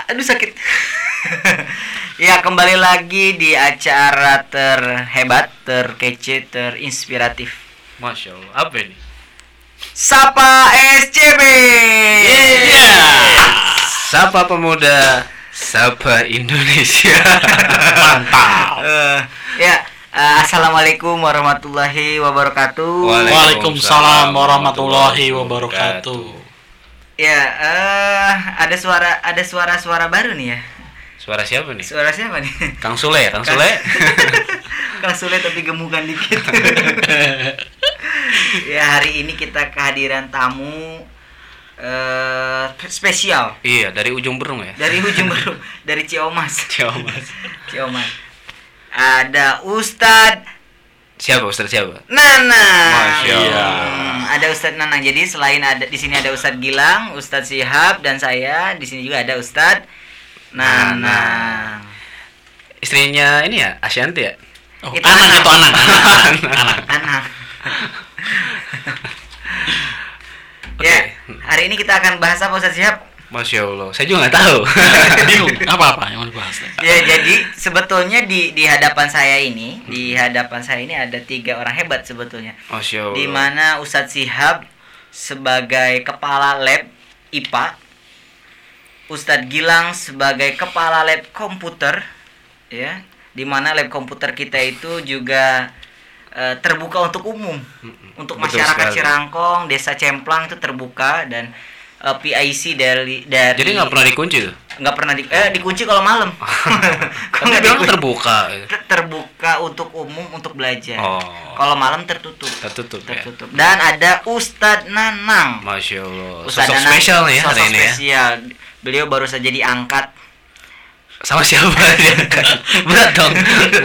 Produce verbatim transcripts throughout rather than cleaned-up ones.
Aduh sakit. Ya, kembali lagi di acara terhebat, terkece, terinspiratif. Masya Allah, apa ini? Sapa S C B. Yeah. Sapa pemuda, sapa Indonesia. Mantap. Uh, ya, uh, assalamualaikum warahmatullahi wabarakatuh. Waalaikumsalam warahmatullahi wabarakatuh. Ya, uh, ada suara, ada suara-suara baru nih ya. Suara siapa nih? Suara siapa nih? Kang Sule, Kang Sule. Kang Sule tapi gemukan dikit. Ya, hari ini kita kehadiran tamu uh, spesial. Iya, dari ujung Berung ya. Dari ujung Berung, dari Ciomas. Ciomas. Ciomas. Ada Ustadz Siapa Ustadz siapa? Nanang. Masya Allah. Hmm, ada Ustadz Nanang. Jadi selain ada di sini ada Ustadz Gilang, Ustadz Syihab dan saya, di sini juga ada Ustadz Nanang. Istrinya ini ya, Asyanti ya? Oh, Itu Anang Anang. itu Anang. Anang. Anang. Oke. Ya, hari ini kita akan bahas apa Ustadz Syihab? Masya Allah, saya juga nggak tahu. Bingung apa-apa yang mau dibahas. Ya, jadi sebetulnya di di hadapan saya ini, di hadapan saya ini ada tiga orang hebat sebetulnya. Masya Allah. Di mana Ustadz Syihab sebagai kepala lab I P A, Ustadz Gilang sebagai kepala lab komputer, ya, di mana lab komputer kita itu juga uh, terbuka untuk umum, untuk Betul masyarakat sekali. Cirangkong, Desa Cemplang itu terbuka dan uh, P I C dari dari Jadi nggak pernah dikunci tuh? nggak pernah di, eh dikunci kalau malam. Kalau Kan nggak bilang dikunci- terbuka. ter- terbuka untuk umum untuk belajar. Oh. Kalau malam tertutup. Tertutup ya? Tertutup. Dan ada Ustadz Nanang. Masya Allah. Ustadz Sosok Nanang, spesial nih ya hari sosok ini ya. spesial. Beliau baru saja diangkat. Sama siapa dia? Berat dong.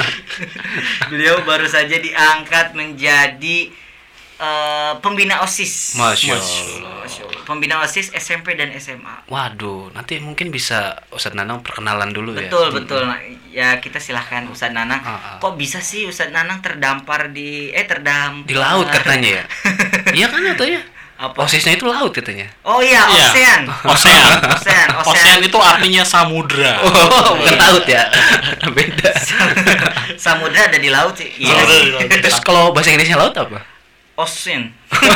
Beliau baru saja diangkat menjadi eh, pembina OSIS. Masya Masya Allah. Masya Allah. Pembina OSIS S M P dan S M A. Waduh, nanti mungkin bisa Ustadz Nanang perkenalan dulu ya. Betul, betul. Nah, ya kita silahkan Ustadz Nanang. Ah, ah. Kok bisa sih Ustadz Nanang terdampar di eh terdampar Di laut katanya ya. Iya kan katanya. Apa? Osisnya itu laut katanya. Oh iya, Iya. ocean. Ocean. Ocean, ocean. Ocean itu artinya samudra. Oh, bukan laut ya. Beda. Samudra ada di laut sih. Iya. Samudra sih. di laut. Terus kalau bahasa Inggrisnya laut apa? Ocean.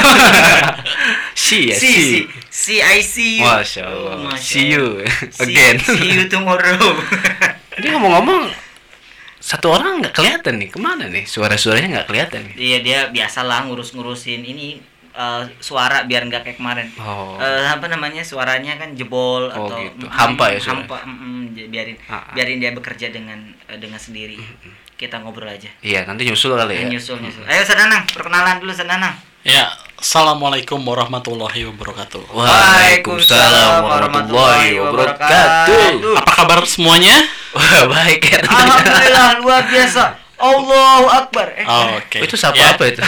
Si ya, See, si. see, see, I see you. Masya Allah. Oh, Masya See you Allah. again. See, see you tomorrow. Ini ngomong-ngomong, satu orang nggak kelihatan nih. Kemana nih? Suara-suaranya nggak kelihatan nih. Iya, dia biasalah ngurus-ngurusin ini eh, suara biar nggak kayak kemarin. Oh. Eh, apa namanya? Suaranya kan jebol Oh, atau gitu. mm, Hampa ya suara? Hampa, mm, mm, j- biarin Ah, ah. biarin dia bekerja dengan eh, dengan sendiri. Kita ngobrol aja. Iya, nanti nyusul kali ya. Nyusul, nyusul. Ayo Ustadz Nanang, perkenalan dulu Ustadz Nanang. Ya, assalamualaikum warahmatullahi wabarakatuh. Waalaikumsalam warahmatullahi wabarakatuh. Apa kabar semuanya? Wah, baik ya. Alhamdulillah luar biasa. Allahu Akbar. Eh, Oh, Oke. Itu siapa Ya. apa itu?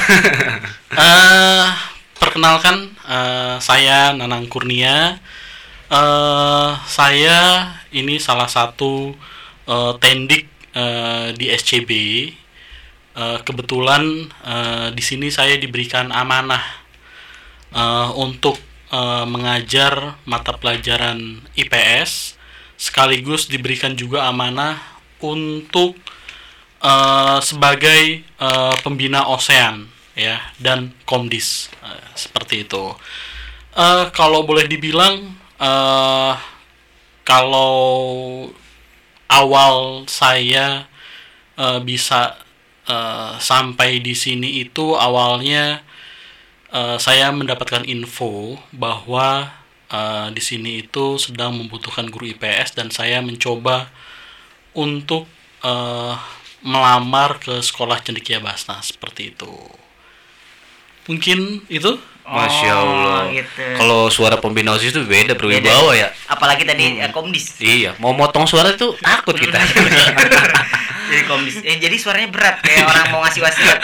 Eh, perkenalkan, eh, saya Nanang Kurnia. Eh, saya ini salah satu eh, tendik eh, di S C B. Eh, kebetulan eh, di sini saya diberikan amanah eh, untuk eh, mengajar mata pelajaran I P S, sekaligus diberikan juga amanah untuk eh, sebagai eh, pembina Ocean ya dan Komdis. Eh, seperti itu. Eh, kalau boleh dibilang, eh, kalau awal saya eh, bisa eh, sampai di sini itu awalnya eh, saya mendapatkan info bahwa eh, di sini itu sedang membutuhkan guru I P S dan saya mencoba untuk eh, melamar ke sekolah Cendekia Basna seperti itu. Mungkin itu. Masya Allah. Oh, gitu. Kalau suara pembina OSIS itu beda berwibawa ya. Apalagi tadi eh, Komdis. Iya, mau motong suara itu takut kita. Jadi Komdis. Eh, jadi suaranya berat kayak orang mau ngasih wasiat.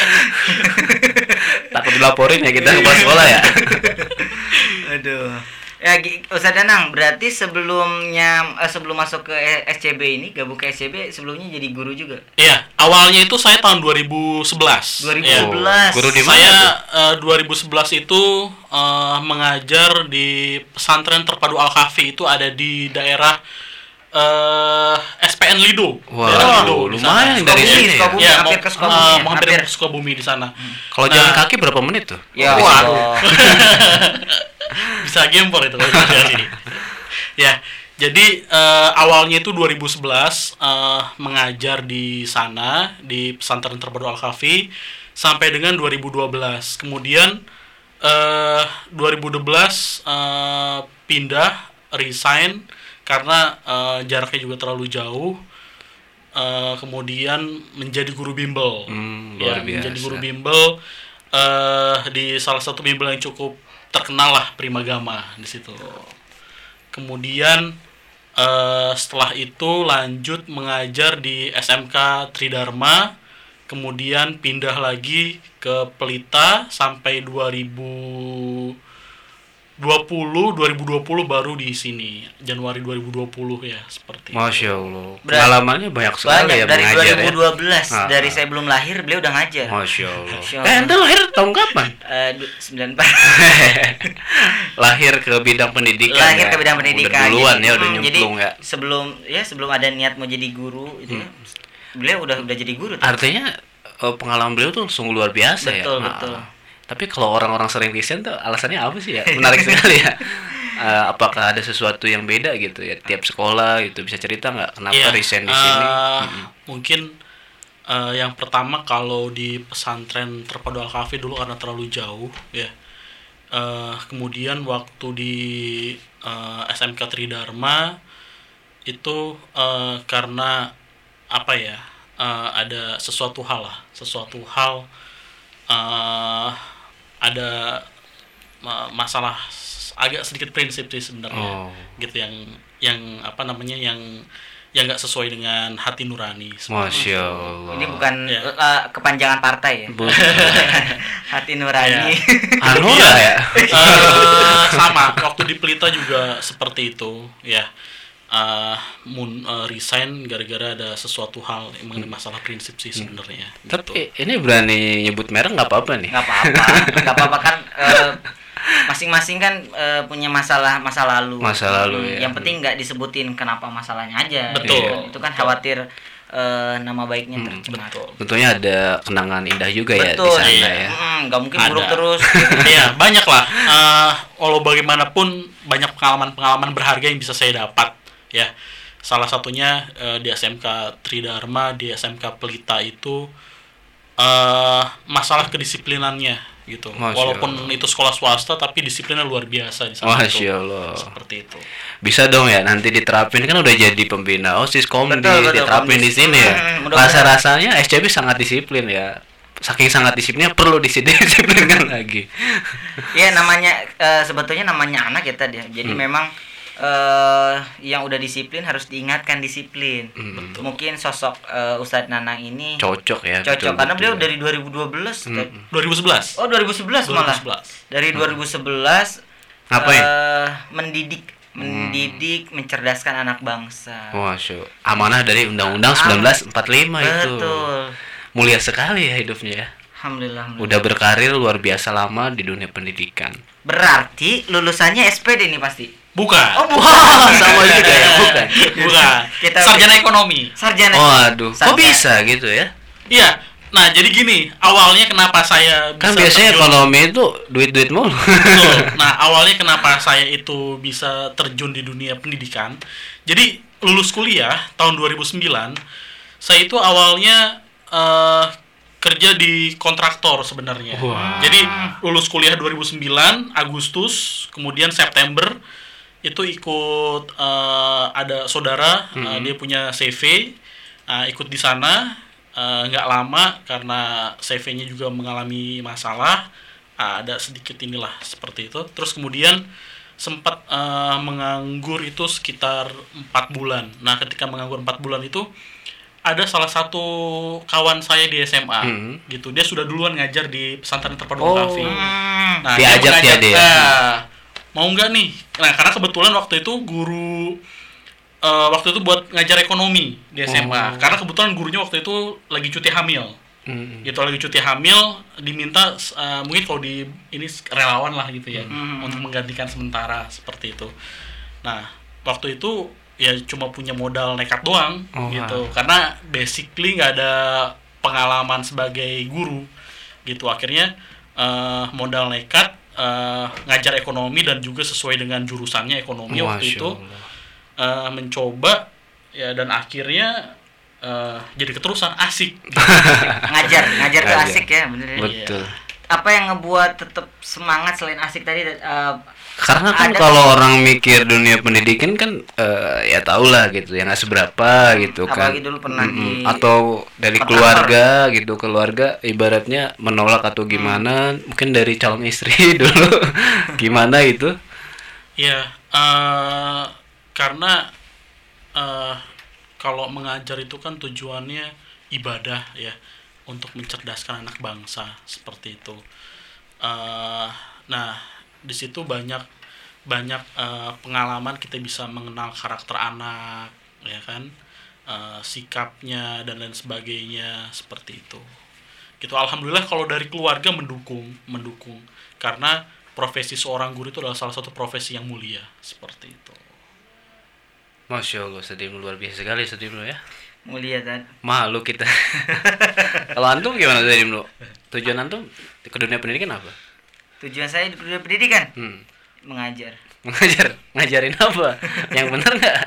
Takut dilaporin ya kita ke kepala sekolah ya. Aduh. Ya, Gi- Ustadz Danang, berarti sebelumnya eh, sebelum masuk ke S C B ini, gabung ke S C B, sebelumnya jadi guru juga. Iya, awalnya itu saya tahun dua ribu sebelas. dua ribu Ya. sebelas. Guru di mana Saya tuh? eh, dua ribu sebelas itu eh, mengajar di pesantren terpadu Al-Kahfi, itu ada di daerah eh, S P N Lido. Wah, Daerah Lido di lumayan sana. dari Sukabumi, sini ya? Sukabumi, Iya, hampir mau- ke Sukabumi. eh, ya, mau hampir hampir. ke Sukabumi di sana. Kalau Nah. jalan kaki berapa menit tuh? Ya, Waduh. Allah. Bisa gempor itu kalau di sini. Ya, jadi eh, awalnya itu dua ribu sebelas eh, mengajar di sana di pesantren terpadu Al-Kahfi sampai dengan dua ribu dua belas. Kemudian eh dua ribu dua belas eh, pindah resign karena eh, jaraknya juga terlalu jauh. Eh, kemudian menjadi guru bimbel. Hmm, Ya, luar biasa. menjadi guru bimbel eh di salah satu bimbel yang cukup terkenal lah, Primagama di situ. Kemudian eh, setelah itu lanjut mengajar di S M K Tridharma, kemudian pindah lagi ke Pelita sampai dua ribu dua puluh dua ribu dua puluh baru di sini Januari dua ribu dua puluh ya, seperti itu. Masya Allah. Berat. Pengalamannya banyak sekali Banyak ya dari mengajar dua ya. ribu dua belas, Ah, dari ah. saya belum lahir beliau udah ngajar. Masya Allah. Masya Eh, Allah. ente lahir tahun kapan? Eh, du- sembilan puluh empat. Lahir ke bidang pendidikan. Lahir ya? ke bidang pendidikan. Udah duluan Jadi, ya, udah hmm, jadi nyemplung ya. sebelum ya sebelum ada niat mau jadi guru itu ya, beliau udah udah jadi guru. tuh. Artinya eh, pengalaman beliau tuh sungguh luar biasa ya. Betul, Nah, betul. Tapi kalau orang-orang sering resign tuh alasannya apa sih ya? Menarik sekali ya. Eh, apakah ada sesuatu yang beda gitu ya? Tiap sekolah gitu bisa cerita nggak kenapa Iya, resign di eh, sini? Mungkin eh, yang pertama kalau di pesantren terpadu Al-Kahfi dulu karena terlalu jauh ya. Eh, kemudian waktu di eh, S M K Tridharma itu eh, karena apa ya? eh, ada sesuatu hal lah, sesuatu hal eh, ada ma- masalah s- agak sedikit prinsip sih sebenarnya. Oh. Gitu yang yang apa namanya yang yang nggak sesuai dengan hati nurani sebenarnya. Masya Allah. Ini bukan Ya. eh, kepanjangan partai ya. Bu- Hati nurani. Hanura ya. Eh, sama waktu di Pelita juga seperti itu ya. Eh, mun eh, resign gara-gara ada sesuatu hal yang mengenai masalah prinsip sih sebenarnya. gitu. Tapi ini berani nyebut merek nggak apa-apa nih. Nggak apa-apa, nggak apa-apa kan. eh, masing-masing kan eh, punya masalah masa lalu. Masa lalu, Hmm, ya. Yang penting nggak disebutin kenapa masalahnya aja. Betul. Gitu. Itu kan khawatir eh, nama baiknya tercemar. Betul. Tentunya ada kenangan indah juga ya di Betul. sana iya. ya. Hmm, nggak mungkin Ada. buruk terus. Iya, banyak lah. Eh, walau bagaimanapun banyak pengalaman-pengalaman berharga yang bisa saya dapat ya. Salah satunya eh, di S M K Tridharma, di S M K Pelita itu eh masalah kedisiplinannya gitu. Masya Walaupun Allah. itu sekolah swasta tapi disiplinnya luar biasa di sana. Masya itu. Allah. Seperti itu. Bisa dong ya nanti diterapin, kan udah jadi pembina OSIS Komdi, Betul, betul, diterapin Komdi. di sini ya. Hmm, mudah-mudahan. Rasa-rasanya S C B sangat disiplin ya. Saking sangat disiplinnya perlu disiplinkan lagi. Ya namanya eh, sebetulnya namanya anak ya tadi. Jadi Hmm. memang eh yang udah disiplin harus diingatkan disiplin. Hmm. Mungkin sosok eh, Ustadz Nanang ini Cocok ya. cocok karena beliau betul-betul. dari dua ribu dua belas. Hmm. dua ribu sebelas. Oh dua ribu sebelas malah. dua ribu sebelas. Dari dua ribu sebelas Ngapain? eh, mendidik mendidik mencerdaskan anak bangsa. Masya Allah. Amanah dari Undang-Undang seribu sembilan ratus empat puluh lima itu. Betul. Mulia sekali ya hidupnya ya. Alhamdulillah, alhamdulillah. Udah berkarir luar biasa lama di dunia pendidikan. Berarti lulusannya S P D nih pasti. Bukan. Oh bukan. Sama juga ya, bukan. Bukan. Kita- Sarjana ekonomi. Sarjana. Oh aduh, kok Sarjana. bisa gitu ya? Iya. Nah, jadi gini, awalnya kenapa saya bisa Kan biasanya terjun- ekonomi itu duit-duit mulu. Betul. Nah, awalnya kenapa saya itu bisa terjun di dunia pendidikan. Jadi, lulus kuliah tahun dua ribu sembilan, saya itu awalnya eh, kerja di kontraktor sebenarnya. Wah. Jadi, lulus kuliah dua ribu sembilan Agustus, kemudian September itu ikut eh, ada saudara, eh, dia punya C V, eh, ikut di sana. Eh, nggak lama karena C V-nya juga mengalami masalah, ah, ada sedikit inilah seperti itu. Terus kemudian sempat eh, menganggur itu sekitar empat bulan. Nah, ketika menganggur empat bulan itu ada salah satu kawan saya di S M A Hmm. gitu. Dia sudah duluan ngajar di pesantren terpadu Oh. Al-Kahfi. Hmm. Nah, Diajak dia ya mengajak, dia? nah, mau nggak nih. Nah karena kebetulan waktu itu guru uh, waktu itu buat ngajar ekonomi di S M A. Oh. Karena kebetulan gurunya waktu itu lagi cuti hamil. Hmm. Gitu lagi cuti hamil, diminta uh, mungkin kalau di ini relawan lah gitu ya, Hmm. untuk menggantikan sementara seperti itu. Nah waktu itu ya cuma punya modal nekat doang Oh, gitu, ah. karena basically nggak ada pengalaman sebagai guru gitu. Akhirnya uh, modal nekat, uh, ngajar ekonomi dan juga sesuai dengan jurusannya ekonomi waktu Masya itu, Allah. uh, mencoba ya, dan akhirnya uh, jadi keterusan asik gitu. Ngajar, ngajar tuh Ngajar. asik ya, bener ya. Betul. Apa yang ngebuat tetap semangat selain asik tadi? eh, Karena kan ada- kalau orang mikir dunia pendidikan kan eh, ya tau lah gitu, ya nggak seberapa gitu kan. Apalagi dulu pernah di- Mm-mm. Atau dari Pertama. keluarga gitu, keluarga ibaratnya menolak atau gimana, mungkin dari calon istri dulu gimana itu. Ya, eh, karena eh, kalau mengajar itu kan tujuannya ibadah ya, untuk mencerdaskan anak bangsa seperti itu. Eh, nah, di situ banyak banyak eh, pengalaman, kita bisa mengenal karakter anak, ya kan, Eh, sikapnya dan lain sebagainya seperti itu. Gitu, alhamdulillah kalau dari keluarga mendukung, mendukung karena profesi seorang guru itu adalah salah satu profesi yang mulia seperti itu. Masya Allah, sedih luar biasa sekali sedih ya. mulia kan. Malu kita. Kalau antum gimana tadi dulu? Tujuan antum ke dunia pendidikan apa? Tujuan saya di dunia pendidikan Hmm. mengajar. Mengajar, ngajarin apa? Yang benar nggak?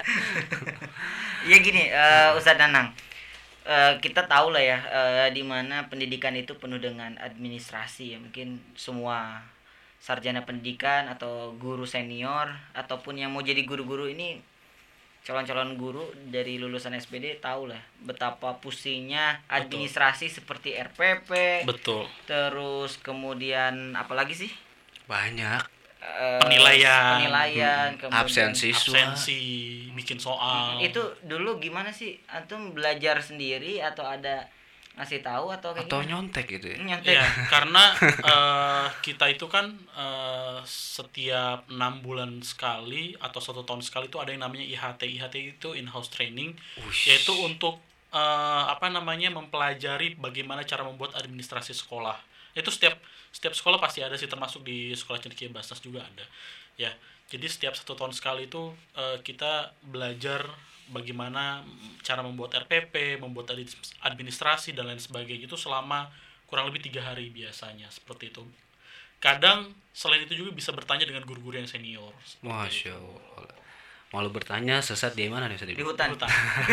Ya gini, eh, Ustadz Nanang, eh, kita tahu lah ya, eh, di mana pendidikan itu penuh dengan administrasi ya. Mungkin semua sarjana pendidikan atau guru senior ataupun yang mau jadi guru-guru ini, calon-calon guru dari lulusan S P D tahu lah betapa pusingnya administrasi seperti R P P, Betul. terus kemudian apalagi sih? Banyak. Eh, Penilaian. penilaian, kemudian Absen siswa. Absensi, bikin soal. itu dulu gimana sih antum belajar sendiri atau ada ngasih tahu atau kayak Atau gimana? nyontek gitu ya. Nyontek. Ya, karena eh, kita itu kan eh, setiap enam bulan sekali atau satu tahun sekali itu ada yang namanya I H T. I H T itu in-house training, Ush. yaitu untuk eh, apa namanya mempelajari bagaimana cara membuat administrasi sekolah. Itu setiap setiap sekolah pasti ada sih, termasuk di sekolah cendekia Basnas juga ada. Ya, jadi setiap satu tahun sekali itu eh, kita belajar bagaimana cara membuat R P P, membuat administrasi dan lain sebagainya itu selama kurang lebih tiga hari biasanya seperti itu. Kadang selain itu juga bisa bertanya dengan guru-guru yang senior. seperti Masya itu. Allah. Malu bertanya sesat di mana nih Ustaz? Di hutan. Di hutan.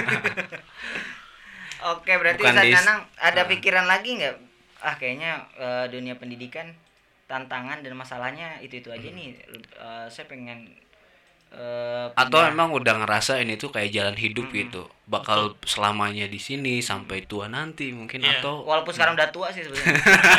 Oke, berarti Bukan Ustadz di- Nanang ada Ah. pikiran lagi nggak? Ah, kayaknya eh, dunia pendidikan tantangan dan masalahnya itu-itu aja Hmm. nih. Eh, saya pengen eh, Atau pindah. emang udah ngerasa ini tuh kayak jalan hidup gitu, bakal selamanya di sini sampai tua nanti mungkin, Iya. atau walaupun sekarang udah tua sih sebenarnya.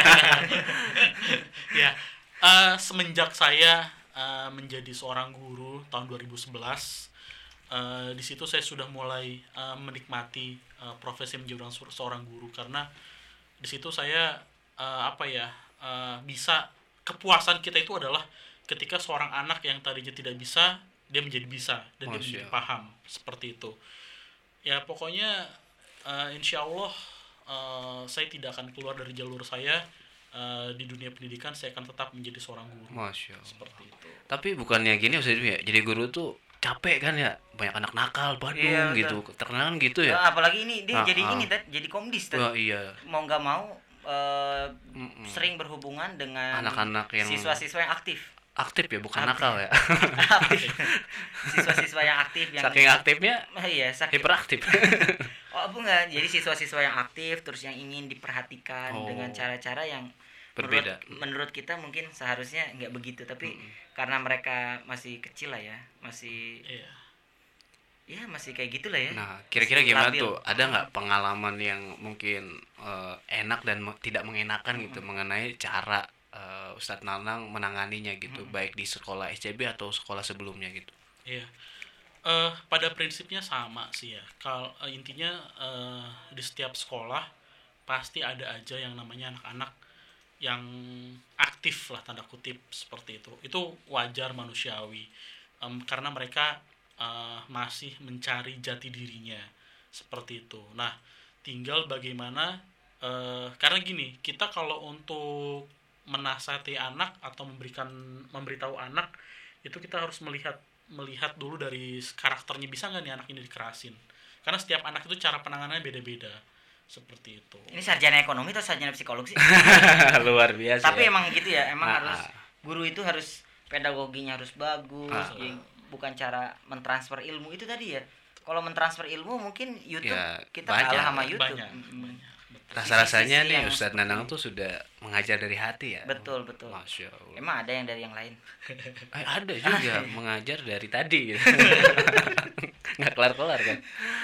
Ya, eh, semenjak saya eh, menjadi seorang guru tahun dua ribu sebelas, eh, di situ saya sudah mulai eh, menikmati eh, profesi menjadi seorang- seorang guru, karena di situ saya eh, apa ya eh, bisa, kepuasan kita itu adalah ketika seorang anak yang tadinya tidak bisa dia menjadi bisa dan dia Masya menjadi Allah. paham seperti itu. Ya pokoknya eh, insya Allah eh, saya tidak akan keluar dari jalur saya. Eh, di dunia pendidikan saya akan tetap menjadi seorang guru. Masya Allah. Seperti itu. Tapi bukannya gini Ustaz ya, jadi guru tuh capek kan ya, banyak anak nakal, Bandung Iya, gitu, terkenal kan gitu Eh, ya. apalagi ini dia Ah, jadi ah. ini Ted, jadi komdis Ted. Wah iya, Mau nggak mau eh, Mm-mm. sering berhubungan dengan Anak-anak yang- siswa-siswa yang aktif. aktif ya, bukan Aktif. nakal ya. Aktif. Siswa-siswa yang aktif yang Saking aktifnya Oh, iya, saking hiperaktif. Oh, bukan. Jadi siswa-siswa yang aktif terus yang ingin diperhatikan Oh. dengan cara-cara yang Berbeda. Menurut, menurut kita mungkin seharusnya nggak begitu, tapi karena mereka masih kecil lah ya, masih Iya. ya masih kayak gitulah ya. Nah, kira-kira Masih gimana labil. tuh? Ada nggak pengalaman yang mungkin eh, enak dan me- tidak mengenakan gitu mengenai cara eh, Ustadz Nanang menanganinya gitu, baik di sekolah S C B atau sekolah sebelumnya gitu? Iya. Eh, pada prinsipnya sama sih ya. Kalau eh, intinya eh, di setiap sekolah pasti ada aja yang namanya anak-anak yang aktif lah tanda kutip seperti itu. Itu wajar, manusiawi. Um, karena mereka uh, masih mencari jati dirinya seperti itu. Nah, tinggal bagaimana uh, karena gini, kita kalau untuk menasihati anak atau memberikan memberitahu anak itu kita harus melihat melihat dulu dari karakternya, bisa nggak nih anak ini dikerasin. Karena setiap anak itu cara penanganannya beda-beda. Seperti itu. Ini sarjana ekonomi atau sarjana psikolog sih? Luar biasa. Tapi ya. emang gitu ya, emang Ah, harus ah. guru itu harus pedagoginya harus bagus, Ah. ya, bukan cara mentransfer ilmu itu tadi ya. Kalau mentransfer ilmu mungkin YouTube Ya, kita banyak, kalah sama YouTube. Banyak, Mm-mm. banyak. Betul. Rasa-rasanya Sisi-sisi nih yang Ustadz seperti Nanang itu. tuh sudah mengajar dari hati ya. Betul, betul. Masya Allah. Emang ada yang dari yang lain. Eh, ada juga mengajar dari tadi gitu. Nggak kelar-kelar kan.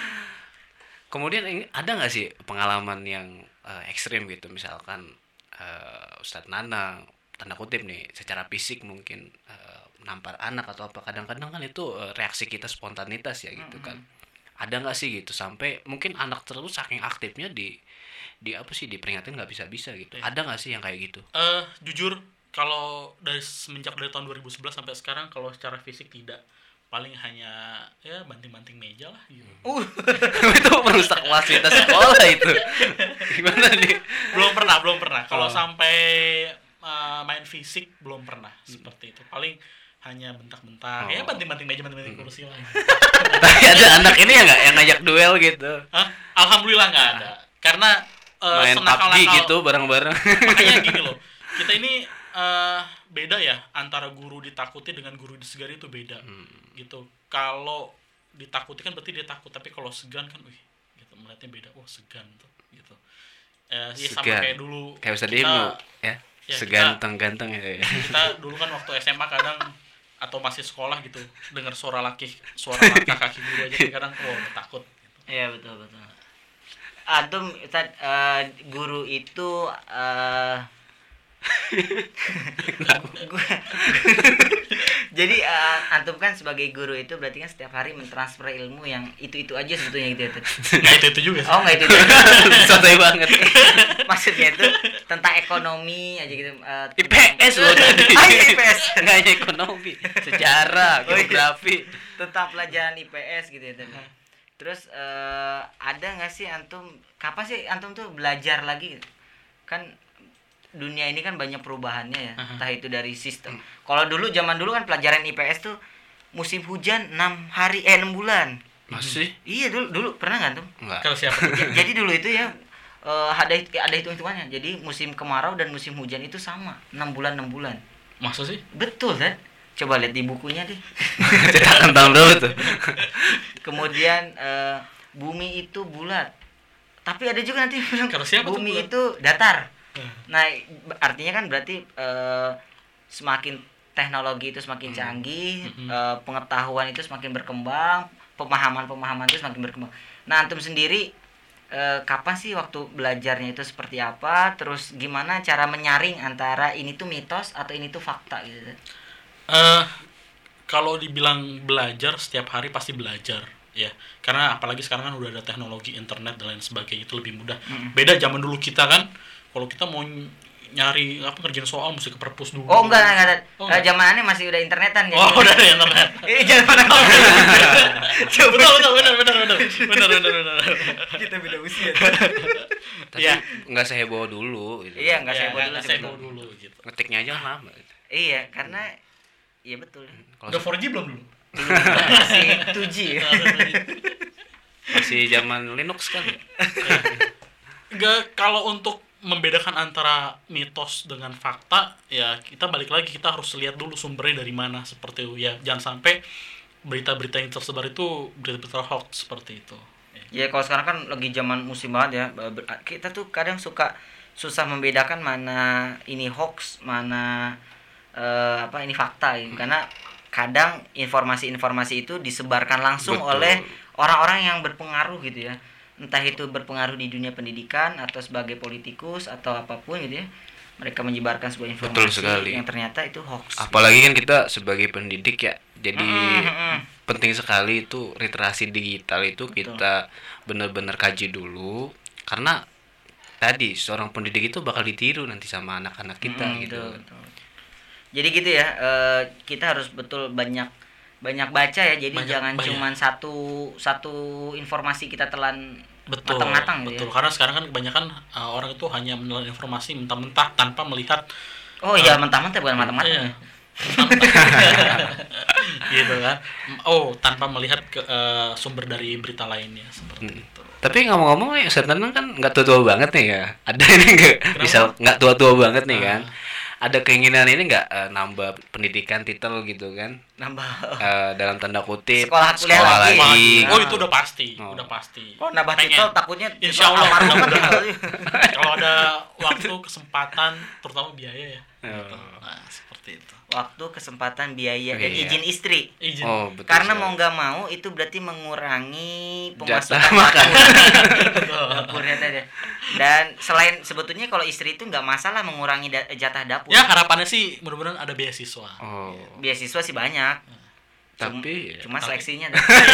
Kemudian ini ada nggak sih pengalaman yang eh, ekstrim gitu, misalkan eh, Ustadz Nanang tanda kutip nih secara fisik mungkin eh, menampar anak atau apa, kadang-kadang kan itu eh, reaksi kita spontanitas ya gitu kan. Ada nggak sih gitu sampai mungkin anak tersebut saking aktifnya di di apa sih diperingatin nggak bisa-bisa gitu. Iya. Ada nggak sih yang kayak gitu? Eh, jujur kalau dari semenjak dari tahun dua ribu sebelas sampai sekarang kalau secara fisik tidak, paling hanya ya banting-banting meja lah gitu. Uh, Itu merusak fasilitas sekolah itu. Gimana nih? Belum pernah, belum pernah. Kalau Oh. sampai uh, main fisik belum pernah seperti itu. Paling hanya bentak-bentak. Oh. Ya banting-banting meja, banting-banting kursi lah. Tapi ada anak ini ya nggak yang ngajak duel gitu, Hah? Alhamdulillah nggak ada. Karena uh, main P U B G senakal-nakal- gitu bareng-bareng. Makanya gini loh, kita ini eh, beda ya antara guru ditakuti dengan guru disegani itu beda. Hmm. Gitu. Kalau ditakuti kan berarti dia takut, tapi kalau segan kan, wih, gitu melihatnya beda. Wah, segan tuh, gitu. Eh, ya sama Segan. kayak dulu. Kayak Ustadz kita- Ibnu ya, ya, seganteng-ganteng ya. Kita dulu kan waktu S M A kadang atau masih sekolah gitu, dengar suara laki, suara langkah kaki guru aja kadang, wah, takut. iya betul betul. Antum Ustaz, eh, guru itu eh gua- jadi eh, antum kan sebagai guru itu berarti kan setiap hari mentransfer ilmu yang itu-itu aja sebetulnya gitu ya. Tut? Nggak itu itu juga sih. Oh enggak itu, itu. Santai banget. Maksudnya itu tentang ekonomi aja gitu. eh, I P S loh tadi. Ah, iya, I P S. Nggak hanya ekonomi, sejarah, Oh, iya. geografi. Tentang pelajaran I P S gitu ya. Tut. Terus eh, ada nggak sih antum kapan sih antum tuh belajar lagi? Kan dunia ini kan banyak perubahannya ya. Aha. Entah itu dari sistem. Kalau dulu zaman dulu kan pelajaran I P S tuh musim hujan enam hari eh enam bulan. Masih? Iya dulu dulu pernah nggak antum? Enggak. Kalau siapa? Ja- Jadi dulu itu ya eh, ada ada hitung-hitungannya. Jadi musim kemarau dan musim hujan itu sama, enam bulan enam bulan. Masa sih? Betul kan? Coba lihat di bukunya deh. Cetakan tahun berapa tuh? Kemudian eh, bumi itu bulat. Tapi ada juga nanti yang bilang Kalau siapa tuh bumi bulat? itu datar. Hmm. Nah, artinya kan berarti eh, semakin teknologi itu semakin canggih, Hmm. eh, pengetahuan itu semakin berkembang, pemahaman-pemahaman itu semakin berkembang. Nah, antum sendiri eh, kapan sih waktu belajarnya itu seperti apa? Terus gimana cara menyaring antara ini tuh mitos atau ini tuh fakta gitu? Eh, kalau dibilang belajar setiap hari pasti belajar ya, karena apalagi sekarang kan udah ada teknologi internet dan lain sebagainya, itu lebih mudah. Mm. Beda zaman dulu kita kan, kalau kita mau nyari apa ngerjain soal mesti ke perpus dulu. Oh enggak enggak, enggak. Oh, Eh, enggak. zamannya masih udah internetan jadi. Oh, udah ada internet. Eh jangan mana Betul, betul, benar, benar, benar, benar, benar, benar. kita beda usia. Tapi Iya. nggak seheboh dulu gitu. Iya, nggak Ya, seheboh dulu nggak sih, seheboh betul. dulu gitu. Ngetiknya aja kan lama gitu. Iya, karena iya betul. Kalau Udah four G belum dulu? Masih two G ya. masih zaman Linux kan. Enggak, kalau untuk membedakan antara mitos dengan fakta, ya kita balik lagi, kita harus lihat dulu sumbernya dari mana, seperti itu ya. Jangan sampai berita-berita yang tersebar itu berita-berita hoax seperti itu. Ya kalau sekarang kan lagi zaman musim banget ya. Ber- Kita tuh kadang suka susah membedakan mana ini hoax, mana eh, apa ini fakta ya. Karena kadang informasi-informasi itu disebarkan langsung Betul. oleh orang-orang yang berpengaruh gitu ya. Entah itu berpengaruh di dunia pendidikan atau sebagai politikus atau apapun gitu ya. Mereka menyebarkan sebuah informasi Betul sekali. yang ternyata itu hoax. Apalagi kan kita sebagai pendidik ya, jadi Mm, mm, mm. penting sekali itu literasi digital itu Betul. kita benar-benar kaji dulu, karena tadi seorang pendidik itu bakal ditiru nanti sama anak-anak kita Mm, gitu. betul, betul. Jadi gitu ya, eh, kita harus betul banyak banyak baca ya. Jadi Banyak- jangan banyak. cuman satu satu informasi kita telan Betul, matang-matang gitu betul. ya. Karena sekarang kan kebanyakan uh, orang itu hanya menelan informasi mentah-mentah tanpa melihat Oh iya, mentah-mentah bukan matang-matang. iya. gitu kan. Oh, tanpa melihat ke, uh, sumber dari berita lainnya seperti Hmm. itu. Tapi ngomong-ngomong ya Ustadz Nanang kan nggak tua-tua banget nih ya. Ada ini nggak bisa nggak tua-tua banget nih kan. Ada keinginan ini nggak eh, nambah pendidikan titel gitu kan. Nambah. Eh, dalam tanda kutip Sekolah kuliah lagi. lagi. Oh, itu udah pasti, Oh. udah pasti. Oh, nambah Pengen. titel takutnya Insya Allah, almarhum kan mudah-mudahan. titel. Kalau ada waktu, kesempatan, terutama biaya ya. Gitu. Oh. Nah, seperti itu. Waktu, kesempatan, biaya dan Iya. izin istri. Izin. Oh, betul. Karena sekali. mau nggak mau itu berarti mengurangi Jatah pemasukan makan. dapur. Dapurnya tadi. Dan selain sebetulnya kalau istri itu nggak masalah mengurangi da- jatah dapur. Ya harapannya sih mudah-mudahan ada beasiswa. Oh, Beasiswa sih banyak. tapi Cuma Tapi- seleksinya.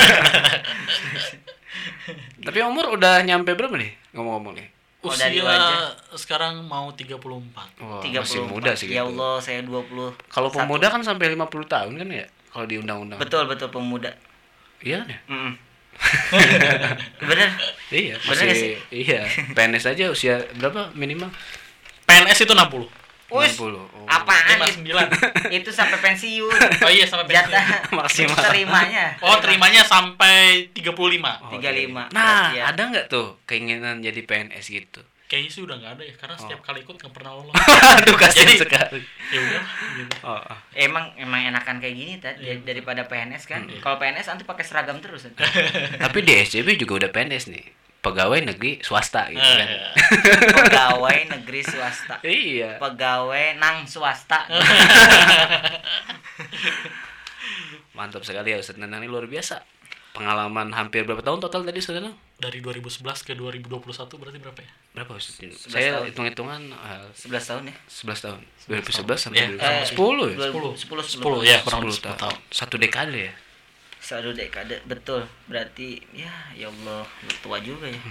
tapi umur udah nyampe berapa nih ngomong-ngomong nih? Oh, Usia dari wajah. sekarang mau tiga puluh empat. Wah, tiga masih puluh muda sih Ya gitu. Allah, saya dua puluh. Kalau pemuda kan sampai lima puluh tahun kan ya kalau di undang-undang. Betul, betul pemuda. Iya nih. Mm-mm. Bener. Iya, Bener nggak masih iya. P N S aja usia berapa minimal? P N S itu enam puluh. Wis, enam puluh. Oh. apaan lima puluh itu? sembilan. Itu sampai pensiun. Oh iya sampai pensiun. Jatah Maksimal. terimanya. Oh, terimanya sampai tiga puluh lima. Oh, tiga puluh lima. oke. Nah, Berarti ya. ada nggak tuh keinginan jadi P N S gitu? Kayaknya sih udah nggak ada ya, karena Oh. setiap kali ikut nggak pernah lolos. Aduh, kasihan Jadi- sekali. Ya udah, gitu. Oh, oh. Emang emang enakan kayak gini tadi Iya. daripada P N S kan. Hmm. Kalau P N S nanti pakai seragam terus. Tapi di S C B juga udah P N S nih. Pegawai negeri swasta gitu Eh, kan. Pegawai negeri swasta. Iya. Pegawai nang swasta. Mantap sekali ya Ustadz Nanang ini luar biasa. Pengalaman hampir berapa tahun total tadi Ustadz Nanang? Dari dua ribu sebelas ke dua ribu dua puluh satu berarti berapa ya? Berapa Ustadz? sebelas Saya tahun. hitung-hitungan eh, sebelas tahun ya. sebelas tahun. dua ribu sebelas sampai Ya, dua ribu sepuluh. eh, sepuluh ya? sepuluh. sepuluh sepuluh ya, kurang sepuluh lebih sepuluh tahun. Satu dekade ya. Satu dekade betul. Berarti ya ya Allah, tua juga ya.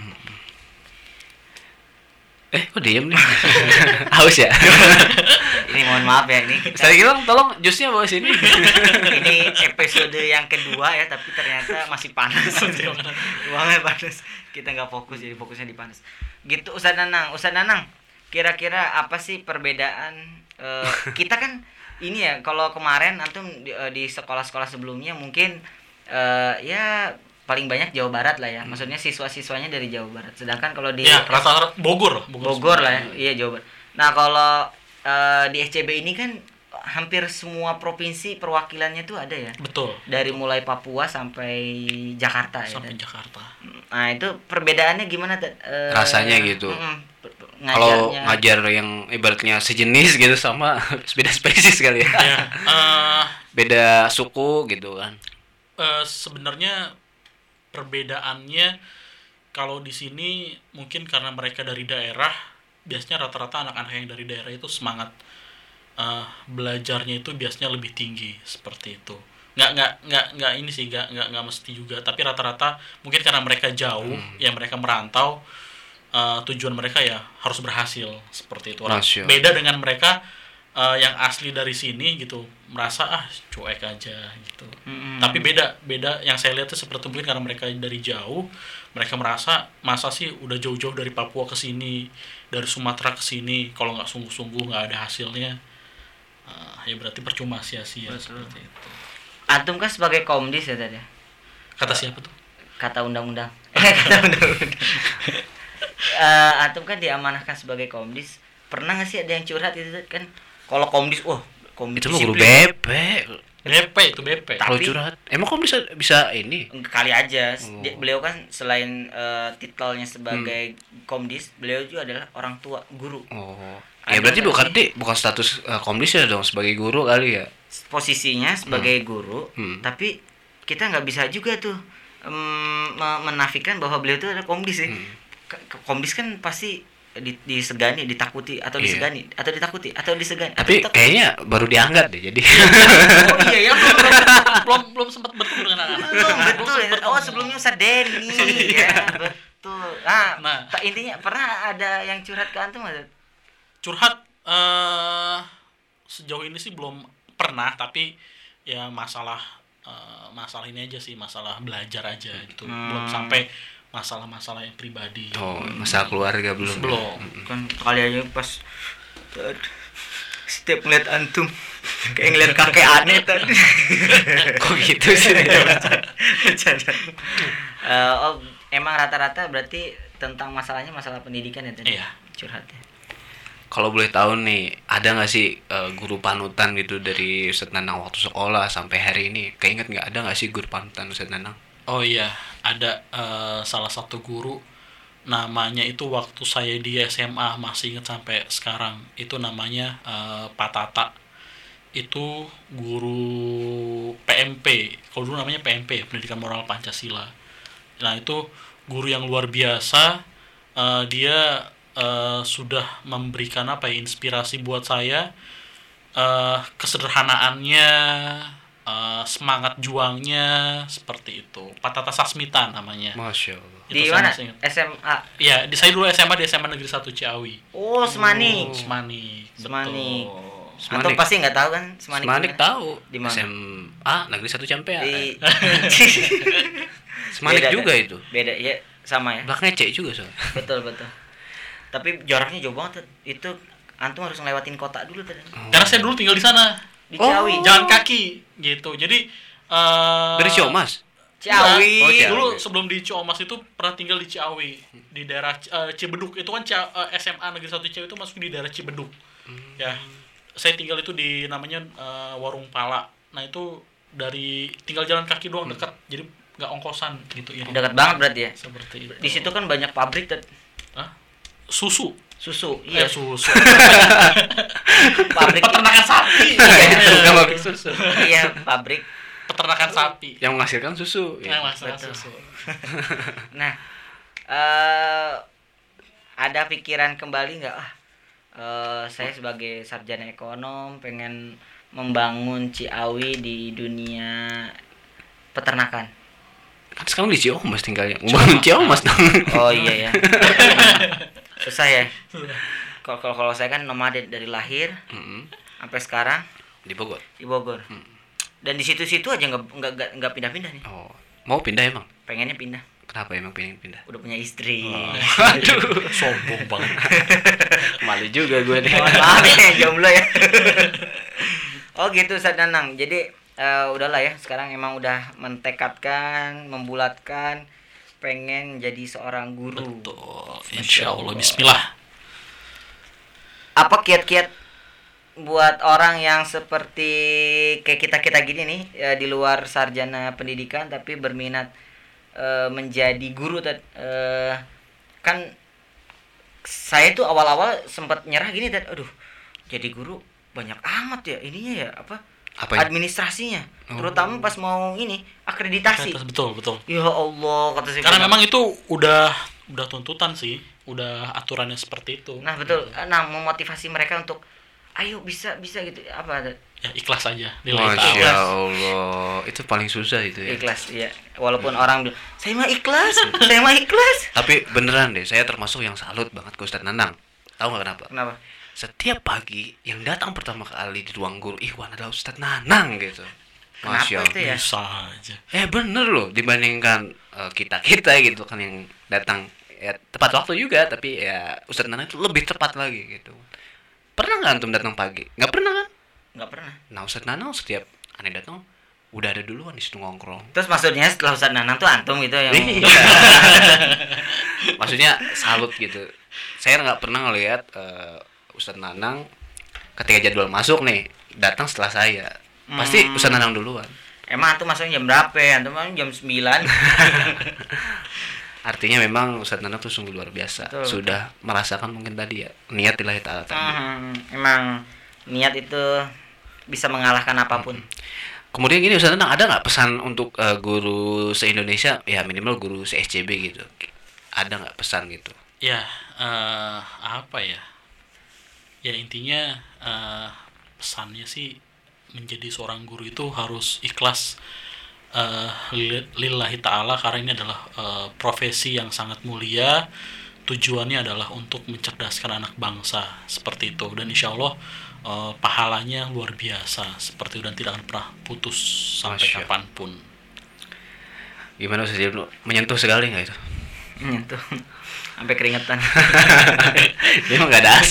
Eh, kok diem nih? Haus ya? Ini mohon maaf ya, ini kita Saya bilang tolong jusnya bawa sini. ini episode yang kedua ya, tapi ternyata masih panas. Uangnya panas. Kita nggak fokus, jadi fokusnya di panas. Gitu Ustadz Nanang, Ustadz Nanang, kira-kira apa sih perbedaan eh, kita kan ini ya, kalau kemarin antum di, eh, di sekolah-sekolah sebelumnya mungkin eh, ya paling banyak Jawa Barat lah ya. Maksudnya siswa-siswanya dari Jawa Barat. Sedangkan kalau di Ya, rata-rata Bogor lah, Bogor lah ya. Iya Jawa Barat. Nah, kalau eh, di S C B ini kan hampir semua provinsi perwakilannya tuh ada ya. Betul. Dari mulai Papua sampai Jakarta ya. Sampai Dan- Jakarta. Nah, itu perbedaannya gimana Ted? Eh, Rasanya gitu. mm-mm, pe- pe- Kalau ngajarnya. ngajar yang ibaratnya sejenis gitu sama beda spesies kali ya. Ya, eh, Beda suku gitu kan. eh, sebenarnya perbedaannya kalau di sini mungkin karena mereka dari daerah, biasanya rata-rata anak-anak yang dari daerah itu semangat eh, belajarnya itu biasanya lebih tinggi seperti itu. Nggak nggak nggak nggak ini sih nggak nggak nggak mesti juga, tapi rata-rata mungkin karena mereka jauh, ya mereka merantau, eh, tujuan mereka ya harus berhasil seperti itu. Rasio. Beda dengan mereka eh, yang asli dari sini gitu, merasa ah cuek aja gitu. Mm-mm. Tapi beda beda yang saya lihat tuh seperti mungkin karena mereka dari jauh, mereka merasa masa sih udah jauh-jauh dari Papua ke sini, dari Sumatera ke sini, kalau nggak sungguh-sungguh nggak ada hasilnya, ah, ya berarti percuma sia-sia seperti itu. Antum kan sebagai komdis ya tadi. Kata siapa tuh? Kata undang-undang. Kata undang-undang. Eh, antum kan diamanahkan sebagai komdis. Pernah nggak sih ada yang curhat itu kan? Kalau komdis, wah, komdis Itu lu guru disiplin. B P. B P itu B P. Tak- Kalau Tapi- curhat. Emang kok bisa bisa ini? Kali aja. Oh. Dia- beliau kan selain eh, titelnya sebagai komdis, beliau juga adalah orang tua guru. Oh. Ada Ya berarti nggak bukan sih? di bukan status uh, komdis ya dong sebagai guru kali ya. Posisinya sebagai guru, Hmm. tapi kita nggak bisa juga tuh em, me- menafikan bahwa beliau itu adalah komdis ya. Hmm. K- k- komdis kan pasti di- disegani, ditakuti atau Iya. disegani atau ditakuti atau disegani. atau Tapi ditakuti. kayaknya baru diangkat deh jadi. Oh iya ya. belum belum sempat bertemu dengan anak-anak. Belum betul ya. Oh sebelumnya Ustaz Denny ya. Betul betul. Nah, Nah. ta- intinya pernah ada yang curhat ke antum nggak? Curhat eh sejauh ini sih belum pernah, tapi ya masalah eh, masalah ini aja sih, masalah belajar aja itu. Belum Hmm. sampai masalah-masalah yang pribadi. Oh, masalah keluarga belum. Belum. Kan kali aja pas setiap ngeliat antum kayak ngeliat kakek aneh tadi. Kok gitu sih? Bercanda. Eh, oh, emang rata-rata berarti tentang masalahnya masalah pendidikan ya tadi? Iya. Curhatnya. Kalau boleh tahu nih, ada nggak sih eh, guru panutan gitu dari Ustadz Nanang waktu sekolah sampai hari ini? Keinget nggak, ada nggak sih guru panutan Ustadz Nanang? Oh iya, ada eh, salah satu guru, namanya itu waktu saya di S M A, masih ingat sampai sekarang. Itu namanya eh, Pak Tata. Itu guru P M P. Kalau dulu namanya P M P, Pendidikan Moral Pancasila. Nah, itu guru yang luar biasa. Eh, dia eh, sudah memberikan apa ya, inspirasi buat saya. Eh, kesederhanaannya, eh, semangat juangnya, seperti itu. Pak Tata Sasmita namanya. Masya Allah. Di Itu saya mana? masih ingat. S M A. Iya, di saya dulu S M A di S M A Negeri satu Ciawi. Oh, Semanik. Semanik. Semanik. Betul. Antum Semanik. pasti nggak tahu kan Semanik? Semanik gimana? tahu. Di mana? S M A Negeri satu Ciampea. Di Semanik Beda, juga kan? itu. Beda ya, sama ya. Belakangnya C juga soalnya. Betul, betul. Tapi jaraknya jauh banget. Ted. Itu antum harus ngelewatin kota dulu tadi. Karena saya dulu tinggal di sana. Di Oh. Ciawi. Jalan kaki gitu. Jadi eh Dari Ciamas. Ciawi. Oh, Ciawi. Dulu sebelum di Ciamas itu pernah tinggal di Ciawi, di daerah eh, Cibeduk. Itu kan Cia- eh, S M A Negeri satu Ciawi itu masuk di daerah Cibeduk. Ya. Saya tinggal itu di namanya eh, Warung Pala. Nah, itu dari tinggal jalan kaki doang, dekat. Jadi nggak ongkosan gitu ya. Dekat banget berarti ya. Seperti itu. Di situ kan banyak pabrik Ted. Hah? Susu. Susu. Iya, Iya, susu. pabrik Peternakan sapi. Itu nggak pakai susu. Iya, pabrik. Peternakan sapi. Yang menghasilkan susu. Nah, Ya. masalah betul. susu. Nah, eh ada pikiran kembali nggak? Ah, eh, saya sebagai sarjana ekonom pengen membangun Ciawi di dunia peternakan. Kan sekarang di Ciamas tinggalnya. Membangun Ciamas dong. Oh iya ya. Susah ya. Kalau kalau kalau saya kan nomaden dari lahir Mm-mm. sampai sekarang Di Bogor. di Bogor. Dan di situ-situ aja nggak nggak nggak- nggak pindah-pindah nih. Oh, mau pindah emang? Pengennya pindah. Kenapa emang pengen pindah? Udah punya istri. Aduh, Sombong banget. malu juga gue nih. Mohon maaf ya jomblo ya. Oh gitu Ustaz Nanang. Jadi eh, udahlah ya, sekarang emang udah mentekadkan, membulatkan pengen jadi seorang guru. Tuh, insya Allah. Bismillah. Apa kiat-kiat buat orang yang seperti kayak kita-kita gini nih eh, di luar sarjana pendidikan tapi berminat eh, menjadi guru Ted. Eh, kan saya tuh awal-awal sempat nyerah gini Ted. Aduh, jadi guru banyak amat ya ininya ya apa? Apa ya? Administrasinya. Oh. Terutama pas mau ini akreditasi. Betul, betul. Ya Allah, kata saya. Karena bilang. memang itu udah udah tuntutan sih, udah aturannya seperti itu. Nah, betul. Nah, memotivasi mereka untuk ayo bisa bisa gitu apa Ted? Ya ikhlas aja. Lillahi Masya ta'ala. Allah, itu paling susah itu ya. Ikhlas, iya. Walaupun orang bilang, saya mah ikhlas, saya mah ikhlas. Tapi beneran deh, saya termasuk yang salut banget ke Ustadz Nanang. Tahu nggak kenapa? Kenapa? Setiap pagi yang datang pertama kali di ruang guru Ikhwan adalah Ustadz Nanang gitu. Kenapa Masya itu ya? Bisa aja. Eh bener loh, dibandingkan kita kita gitu kan yang datang ya tepat waktu juga, tapi ya Ustadz Nanang itu lebih tepat lagi gitu. Pernah nggak antum datang pagi? Nggak pernah kan? Nggak pernah. Nah Ustadz Nanang setiap aneh datang udah ada duluan di situ ngongkrong. Terus maksudnya setelah Ustaz Nanang tuh antum gitu yang Iya. Maksudnya salut gitu. Saya nggak pernah ngelihat uh, Ustadz Nanang ketika jadwal masuk nih datang setelah saya. Pasti Hmm. Ustadz Nanang duluan. Emang antum masuknya jam berapa ya? Antum masuknya jam sembilan. Artinya memang Ustadz Nanang tuh sungguh luar biasa. Betul, Sudah merasakan mungkin tadi ya niat lillahi ta'ala tadi. Hmm, emang niat itu bisa mengalahkan apapun. Kemudian gini Ustadz Nanang, ada nggak pesan untuk uh, guru se-Indonesia, ya minimal guru se-S C B gitu? Ada nggak pesan gitu? Ya, eh, apa ya? Ya intinya eh, pesannya sih menjadi seorang guru itu harus ikhlas eh, lil- lillahi ta'ala, karena ini adalah eh, profesi yang sangat mulia. Tujuannya adalah untuk mencerdaskan anak bangsa seperti itu, dan insya Allah eh, pahalanya luar biasa seperti itu dan tidak akan pernah putus sampai Masya. kapanpun. Gimana Ustaz Ibnu? Menyentuh sekali nggak itu? Nyentuh sampai keringetan. Dia emang nggak ada A C.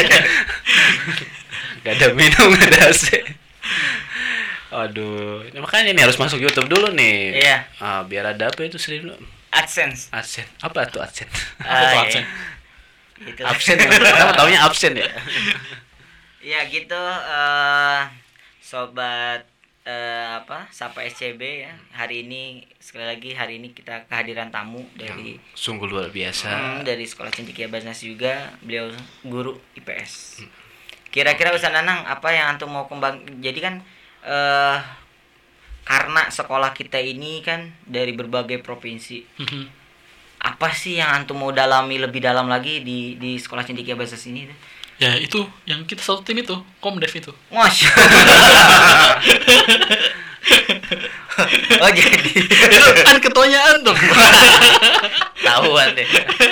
Nggak ada minum, nggak ada A C. Aduh, ini makanya nih harus masuk YouTube dulu nih. Iya. Ah, biar ada apa itu Ustaz Ibnu? AdSense. Absen. Apa tuh absen? Apa tuh Ah, absen? iya. Gitu. Absen. Kamu taunya absen ya? Ya gitu, eh sobat eh apa Sapa S C B ya. Hari ini sekali lagi hari ini kita kehadiran tamu dari Sungguh luar biasa. hmm, dari Sekolah Cendekia Basnas juga. Beliau guru I P S. Kira-kira Ustaz Nanang apa yang antum mau kembang? Jadi kan eh karena sekolah kita ini kan dari berbagai provinsi. Mhm. Apa sih yang antum mau dalami lebih dalam lagi di di Sekolah Cendekia Basnas ini? Ya itu yang kita satu tim itu, Komdev itu. Masya. Oh jadi Itu kan ketuanya antum. tahuan deh.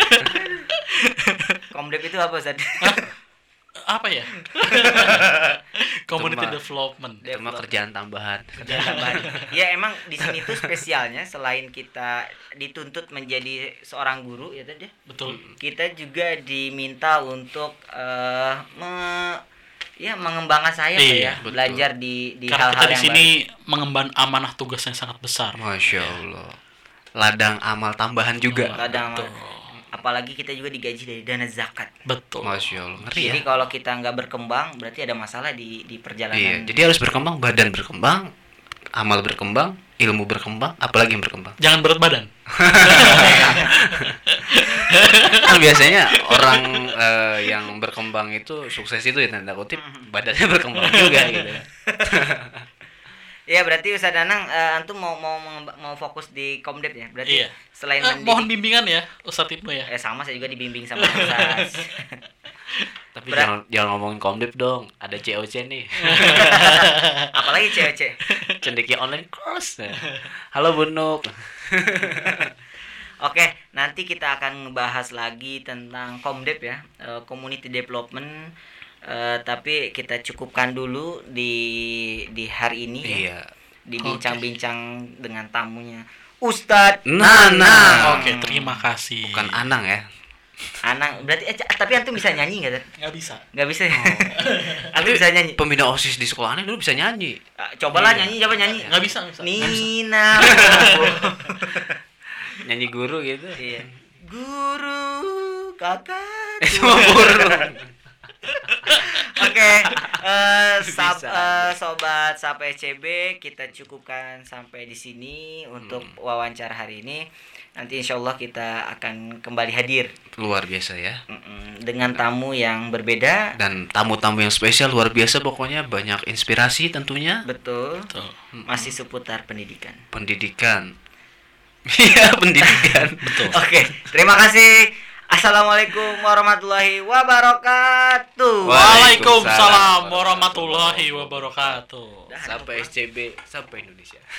Komdev itu apa Ustaz? Apa ya? Community Cuma- development. Cuma kerjaan tambahan. Kerjaan tambahan. Ya emang di sini tuh spesialnya selain kita dituntut menjadi seorang guru ya tadi, Betul. kita juga diminta untuk eh, me- ya mengembangkan sayap Iya, ya, betul. belajar di di Karena hal-hal kita di yang sini mengemban amanah tugas yang sangat besar. Masya Allah. Ladang amal tambahan juga. baru. Kadang Betul. apalagi kita juga digaji dari dana zakat. Betul. Masya Allah. Ngeri ya. Jadi kalau kita nggak berkembang berarti ada masalah di di perjalanan. Iya, jadi harus berkembang, badan berkembang, amal berkembang, ilmu berkembang, apalagi yang berkembang. Jangan berat badan. Kan biasanya orang eh, yang berkembang itu sukses itu ya tanda kutip badannya berkembang juga gitu. Iya berarti Ustaz Danang eh, antum mau mau mengemba- mau fokus di Komdev ya. Berarti Iya. selain Eh, mendidik- mohon bimbingan ya, Ustadz Ibnu ya. eh sama saya juga dibimbing sama Ustaz. Tapi Berat. jangan jangan ngomongin Komdev dong. Ada C O C nih. Apalagi cewek-cewek. Cendekia online course. Halo Bu Nuk. Oke, nanti kita akan ngebahas lagi tentang Komdev ya, eh, community development. Eh, tapi kita cukupkan dulu di di hari ini ya. Iya. Di bincang-bincang dengan tamunya Ustadz Nana. Oke, terima kasih. Bukan Anang ya. Anang. Berarti eh, tapi antum bisa nyanyi nggak? Tad? Nggak bisa. Nggak bisa. Antum bisa nyanyi. Pembina OSIS di sekolah aneh dulu bisa nyanyi. Ah, cobalah Iya. nyanyi, coba nyanyi. Nggak bisa, nggak bisa. Nggak bisa. Nina. Nyanyi guru gitu. Iya. Guru kakak. Itu mah guru. Oke, eh, sab- Bisa. eh, sobat Sapa S C B kita cukupkan sampai di sini untuk wawancara hari ini. Nanti insya Allah kita akan kembali hadir Luar biasa ya. mm-mm, dengan tamu yang berbeda. Dan tamu-tamu yang spesial luar biasa, pokoknya banyak inspirasi tentunya. Betul, Betul. masih seputar pendidikan. Pendidikan. Iya, pendidikan. Betul. Oke, terima kasih. Assalamualaikum warahmatullahi wabarakatuh. Waalaikumsalam warahmatullahi wabarakatuh. Sampai S C B, sampai Indonesia.